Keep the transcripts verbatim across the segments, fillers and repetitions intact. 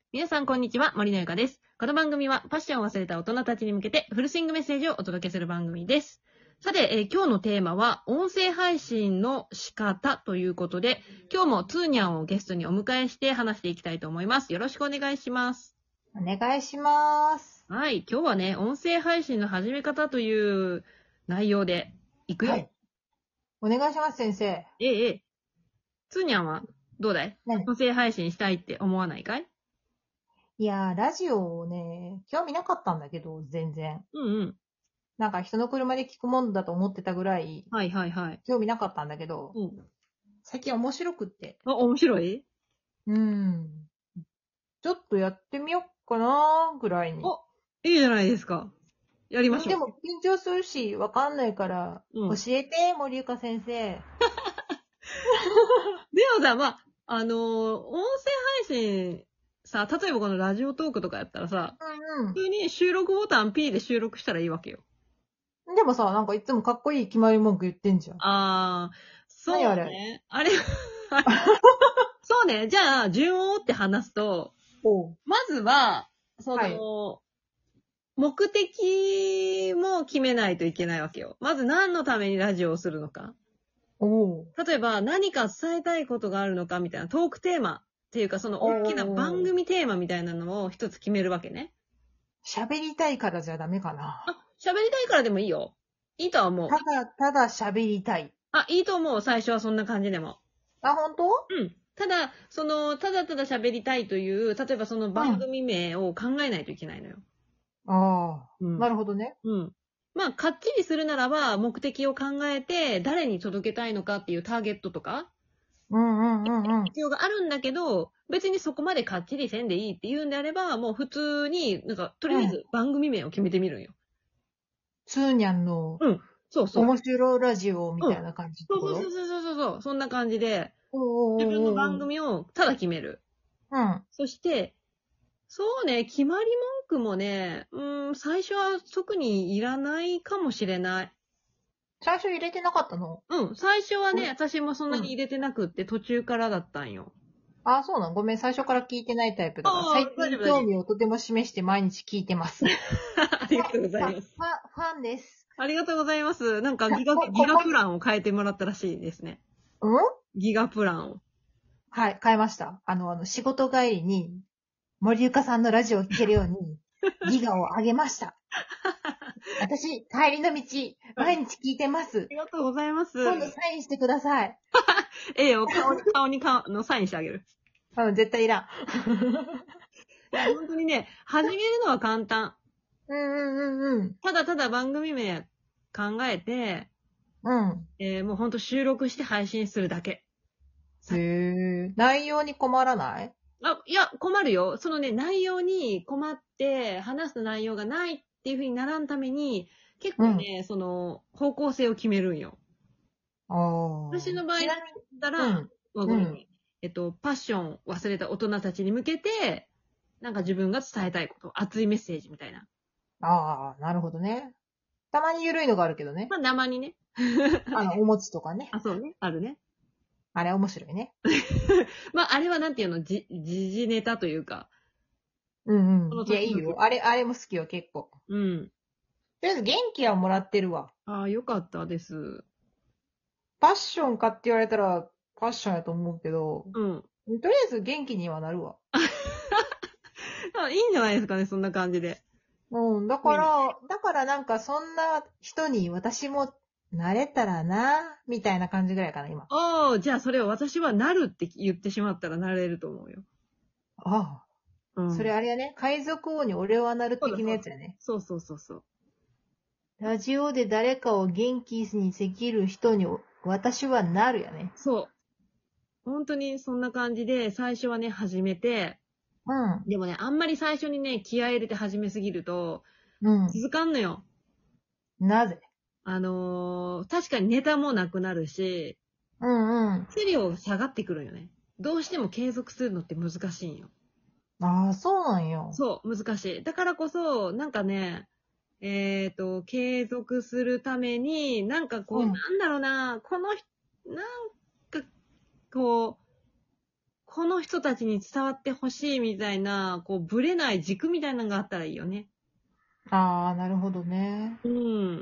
皆さんこんにちは、森のゆかです。この番組はパッションを忘れた大人たちに向けてフルスイングメッセージをお届けする番組です。さて、えー今日のテーマは音声配信の仕方ということで、今日もツーニャンをゲストにお迎えして話していきたいと思います。よろしくお願いします。 お願いします。 はい、今日はね、音声配信の始め方という内容でいくよ。 はい。お願いします、先生。 ええ、ええ。ツーニャンはどうだい？ 何音声配信したいって思わないかい？ いやー、ラジオをね、興味なかったんだけど、全然。 うんうん。 なんか人の車で聞くもんだと思ってたぐらい、 はいはいはい。 興味なかったんだけど、 うん。 最近面白くって。 あ、面白い？ うーん。ちょっとやってみよっかなーぐらいに。 お、いいじゃないですか。やりましょう。 うんでも、緊張するし、わかんないから、 うん。 教えて、森ゆか先生。 でもさ、まあ、あのー音声配信、さ、例えばこのラジオトークとかやったらさ、 うん普通に収録ボタン P で収録したらいいわけよ。 うん。でもさ、なんかいつもかっこいい決まり文句言ってんじゃん。 あー、そう何あれね。あれ、そうね。じゃあ、順を追って話すと、 おう。 まずは、その、 はい。 目的も決めないといけないわけよ。まず何のためにラジオをするのか。 おう。 例えば何か伝えたいことがあるのかみたいなトークテーマっていうかその大きな番組テーマみたいなのを一つ決めるわけね。 喋りたいからじゃダメかな。 あ、喋りたいからでもいいよ。いいとは思う。 ただ、ただ喋りたい。 あ、いいと思う。最初はそんな感じでも。 あ、本当？ うん。ただ、その、ただただ喋りたいという、例えばその番組名を考えないといけないのよ。 ああ、 うん。 なるほどね。 うん。まあ、かっちりするならば、目的を考えて、誰に届けたいのかっていうターゲットとか、 うんうんうんうん。 必要があるんだけど、別にそこまでかっちりせんでいいって言うんであれば、もう普通に、なんか、とりあえず番組名を決めてみるんよ。 ツーニャンのうん。そうそう。 面白ラジオみうん。 たいな感じってそうこと？ そうそうそうそうそう。そんな感じで、 おお自分の番おおお。 組をただ決める。 うん。 そして、そうね、決まり文句もね、うーん、最初は特にいらないかもしれない。 最初入れてなかったの？ うん、最初はね、 ごめん。 私もそんなうん。 に入れてなくって、途中からだったんよ。 あ、そうなの？ごめん、最初から聞いてないタイプだから。 ああ、 最近大丈夫大丈夫。 興味をとても示して毎日聞いてます。 ありがとうござファ、 います。 ファ、ファンです。 ありがとうございます。なんかギガ、 こ、 ギここに、 ガプランを変えてもらったらしいですね。 うんギガプランを。 はい、変えました。あの、あの、仕事帰りに、森ゆかさんのラジオを聞けるように、ギガを上げました。私、帰りの道、毎日聞いてまあす。 りがとうございます。 今度サインしてください。 ええよ、顔に、顔に顔のサインしてあげる。 うん、絶対いらん。 いや、本当にね、始めるのは簡単。 うんうんうんうん。 ただただ番組名考えて、 うん。 えー、もうほんと収録して配信するだけ。 へえ。内容に困らない？ あ、いや、困るよ。そのね、内容に困って話す内容がないっていう風にならんために、結構ね、その、方向性を決めるんよ。 ああ。 私の場合だっちなみたら、 に、 まあ、ごうん。うん。 めんごめん。えっと、パッションを忘れた大人たちに向けて、なんか自分が伝えたいこと、熱いメッセージみたいな。 ああ、なるほどね。たまに緩いのがあるけどね。 まあ、生にね。 あの、お餅とかね。 あ、そうね。あるね。 あれ面白いね。 まあ、あれはなんていうの、じ、時事ネタというか、 うんうん。いや、 その時々。 いいよ。あれ、あれも好きよ、結構。 うん。 とりあえず元気はもらってるわ。 ああ、よかったです。 パッションかって言われたら、パッションやと思うけど、 うん。 とりあえず元気にはなるわ。 あ、いいんじゃないですかね、そんな感じで。 うん、だから、だからなんかそんな人に私もなれたらな、みたいな感じぐらいかな、今。 おー、じゃあそれを私はなるって言ってしまったらなれると思うよ。 ああ。 うん。 それあれやね、海賊王に俺はなるそうだ的なやつやね。 そうそうそうそう。 ラジオで誰かを元気にできる人に私はなるやね。 そう。本当にそんな感じで、最初はね、始めて、 うん。 でもね、あんまり最初にね、気合い入れて始めすぎると、 うん。 続かんのよ。 なぜ？ あのー、確かにネタもなくなるし、 うんうん。 質量下がってくるよね。どうしても継続するのって難しいんよ。 ああ、そうなんよ。 そう、難しい。だからこそ、なんかね、えっと、継続するために、なんかこう、 うん。 なんだろうな、この人、なんか、こう、 この人たちに伝わってほしいみたいな、こう、ぶれない軸みたいなのがあったらいいよね。 ああ、なるほどね。 うん。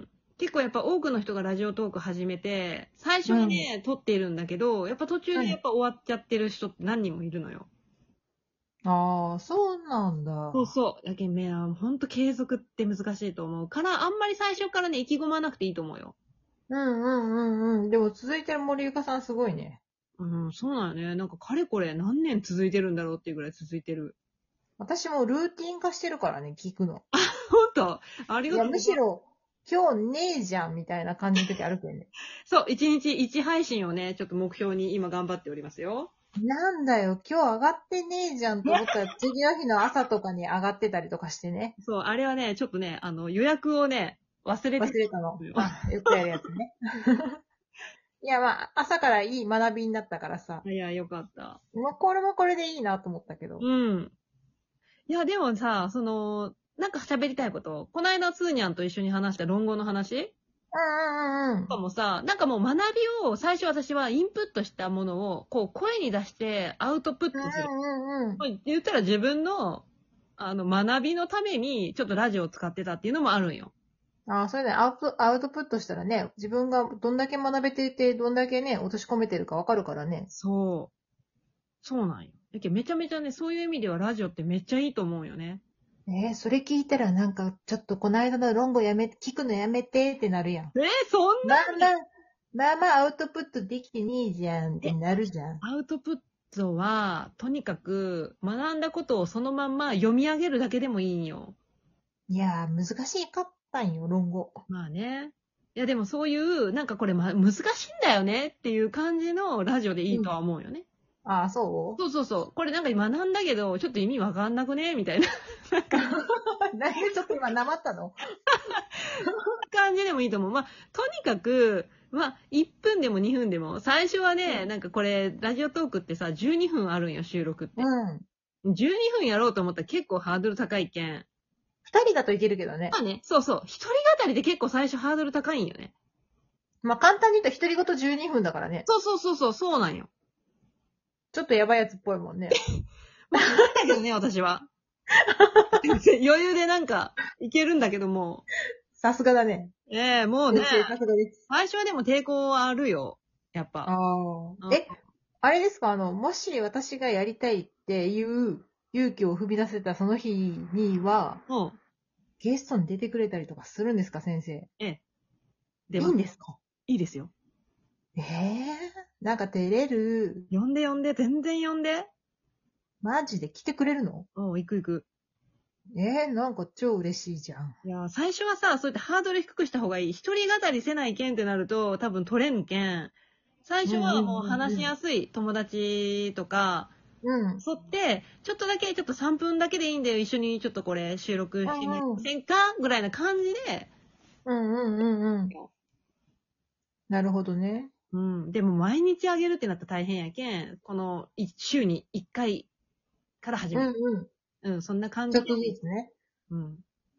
結構やっぱ多くの人がラジオトーク始めて、最初はね、撮っているんだけど、やっぱ途中でやっぱ終わっちゃってる人って何人もいるのよ。 ああ、そうなんだ。 そうそう。だけどね、ほんと継続って難しいと思うから、あんまり最初からね、意気込まなくていいと思うよ。 うんうんうんうん。でも続いてる森ゆかさんすごいね。 うん、そうなのね。なんかかれこれ何年続いてるんだろうっていうぐらい続いてる。 私もルーティン化してるからね、聞くの。 ほんとありいや、 がとうございます。 むしろ、今日ねえじゃんみたいな感じの時あるけどね。 そう、いちにちいち配信をね、ちょっと目標に今頑張っておりますよ。 なんだよ、今日上がってねえじゃんと思ったら、次の日の朝とかに上がってたりとかしてね。 そう、あれはね、ちょっとね、あの、予約をね、忘れて忘れたの。 たよ。 あ、よくやるやつね。いや、まあ、朝からいい学びになったからさ。 いや、よかった。 まあ、これもこれでいいなと思ったけど。 うん。いや、でもさ、その、なんか喋りたいこと、この間ツーニャンと一緒に話した論語の話うんうんうんとかもさ、なんかもう学びを最初私はインプットしたものをこう声に出してアウトプットする。 うんうんうん。 まあ言ったら自分のあの学びのためにちょっとラジオを使ってたっていうのもあるんよ。 ああ、それね、アウト、アウトプットしたらね、自分がどんだけ学べていて、どんだけね、落とし込めてるかわかるからね。 そう。そうなんよ。だけどめちゃめちゃね、そういう意味ではラジオってめっちゃいいと思うよね。 えー、それ聞いたらなんか、ちょっとこの間の論語やめ、聞くのやめてってなるやん。 えー、そんなまあまあ、まあまあアウトプットできてねえじゃんってなるじゃん。 アウトプットは、とにかく学んだことをそのまんま読み上げるだけでもいいんよ。 いやー、難しかったんよ、論語。 まあね。いやでもそういう、なんかこれ、ま、難しいんだよねっていう感じのラジオでいいとは思うよね。 ああ、そそうそうそう。これなんか学んだけど、ちょっと意味わかんなくねみたいなうなんでちょっと今、なまったの感じでもいいと思う。まあ、とにかく、まあ、いっぷんでもにふんでも、最初はね、 うんなんかこれ、ラジオトークってさ、じゅうにふんあるんよ、収録って。 うん。 じゅうにふんやろうと思ったら結構ハードル高いけん。 二人だといけるけどね。 まあね、そうそう。一人語りで結構最初ハードル高いんよね。 まあ簡単に言うと独り言じゅうにふんだからね。 そうそうそうそう、そうなんよ。 ちょっとやばいやつっぽいもんね。 まあ、だけどね、私は。余裕でなんか、いけるんだけども。 さすがだね。 ええもうね、 先生さすがです。 最初はでも抵抗はあるよ。やっぱ。 ああ。え、あれですかあの、もし私がやりたいっていう勇気を踏み出せたその日には、 うん。 ゲストに出てくれたりとかするんですか先生。 ええ。 いでいんですかいいですよ。 ええー、なんか照れる。 呼んで呼んで、全然呼んで。 マジで来てくれるのおう、行く行く。 えー、なんか超嬉しいじゃん。 いや、最初はさ、そうやってハードル低くした方がいい。一人語りせないけんってなると、多分取れんけん。最初はもう話しやすい友達とか、 うん。 そって、ちょっとだけ、ちょっとさんぷんだけでいいんだよ。一緒にちょっとこれ収録してみませんかぐらいな感じで。 うんうんうんうん。なるほどね。 うん。でも毎日あげるってなったら大変やけん、このい週にいっかいから始める。 うんうん。 うん、そんな感じで。 ちょっとずつね。 うん。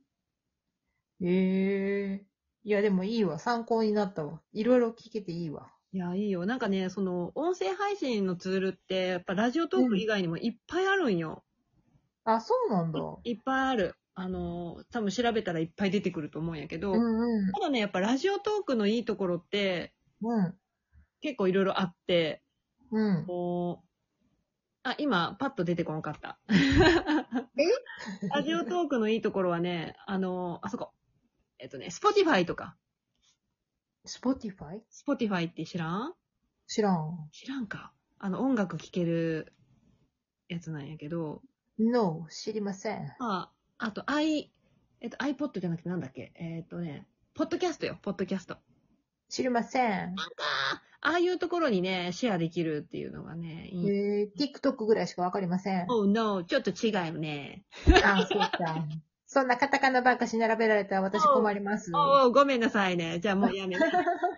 ええいや、でもいいわ。参考になったわ。いろいろ聞けていいわ。 いや、いいよ。なんかね、その、音声配信のツールって、やっぱラジオトーク以外にもいっぱいあるんよ。 あ、そうなんだ。 いっぱいある。あの、多分調べたらいっぱい出てくると思うんやけど、 うんうん。 ただね、やっぱラジオトークのいいところって、 うん。 結構いろいろあって、 うん。 もう、あ、今、パッと出てこなかった。ラジオトークのいいところはね、あの、あそこ。えっとね、Spotify とか。 スポティファイ Spotify って知らん知らん。 知らんか。あの、音楽聴けるやつなんやけど、 No, 知りません。 まあ、あと、i、えっと、iPod じゃなくてなんだっけえっとね、ポッドキャストよ、ポッドキャスト。 知りません。 なんか、ああいうところにね、シェアできるっていうのがね、いい。 えー、TikTok ぐらいしかわかりません。 Oh no, ちょっと違うよね。 あ、そうか。そんなカタカナばっかし並べられたら私困ります。 おお、ごめんなさいね。じゃあもうやめて。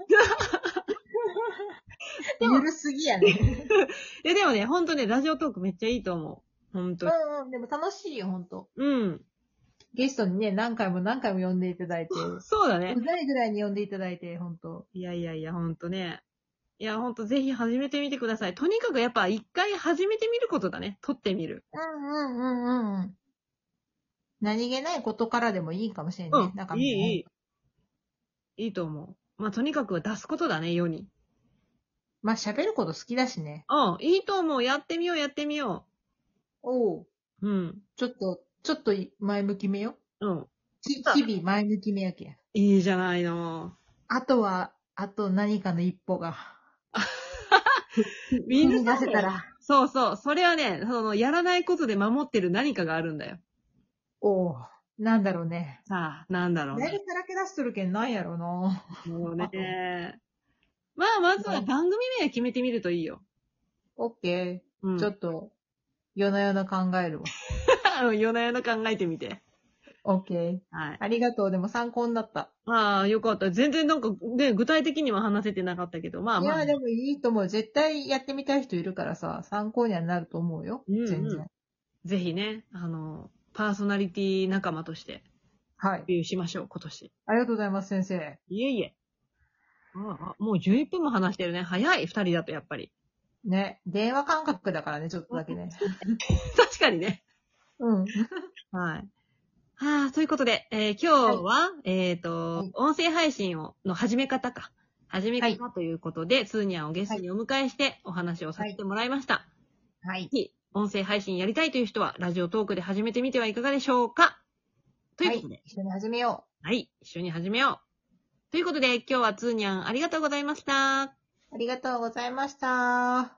ゆるすぎやね。 え、でもね、ほんとね、ラジオトークめっちゃいいと思う。ほんと。 うんうん、でも楽しいよ、ほんと。 うん。 ゲストにね、何回も何回も呼んでいただいて、 そうだね。 うざいぐらいに呼んでいただいて、ほんと。 いやいやいや、ほんとね。 いや、ほんとぜひ始めてみてください。とにかくやっぱ一回始めてみることだね。撮ってみる。 うんうんうんうん。何気ないことからでもいいかもしれんね。 うん。 なんか、 いい、いい。いいと思う。まあ、とにかく出すことだね、世に。 まあ、喋ること好きだしね。 うん。いいと思う。やってみよう、やってみよおう。 う。うん。 ちょっと、ちょっと前向きめよ。 うん。 ひ日々前向きめやけん。 いいじゃないの。 あとは、あと何かの一歩が。 みんな踏み出せたら。 そうそう。それはね、その、やらないことで守ってる何かがあるんだよ。 おう。なんだろうね。 さあ、なんだろうね。 だいぶさらけ出しとるけんなんやろうな。 もうあとね。まあ、まずは番組名は決めてみるといいよ。 オッケー。 うん。 ちょっと、夜な夜な考えるわ。 夜な夜な考えてみて。 オッケー。 はい。 ありがとう。でも参考になった。 ああ、よかった。全然なんかね、具体的には話せてなかったけど、まあまあ。 いや、でもいいと思う。絶対やってみたい人いるからさ、参考にはなると思うよ。 うんうん全然。 ぜひね、あの、パーソナリティ仲間としてはい。 デビューしましょう、今年。 ありがとうございます、先生。 いえいえ。ああ、もうじゅういっぷんも話してるね。早い、二人だとやっぱり。 ね。電話感覚だからね、ちょっとだけね。 確かにね。 うん。 はい。はあ、ということで、えー今日は、えっ、と、 はい音声配信を、の始め方か。始めはい方ということで、ツーニャンをゲストにお迎えしてお話をさせてもらいました。 はい。 ぜひ、音声配信やりたいという人は、ラジオトークで始めてみてはいかがでしょうか。ということで、 一緒に始めよはい、一緒に始めよう。ということで、今日はツーニャンありがとうございました。 う。ありがとうございました。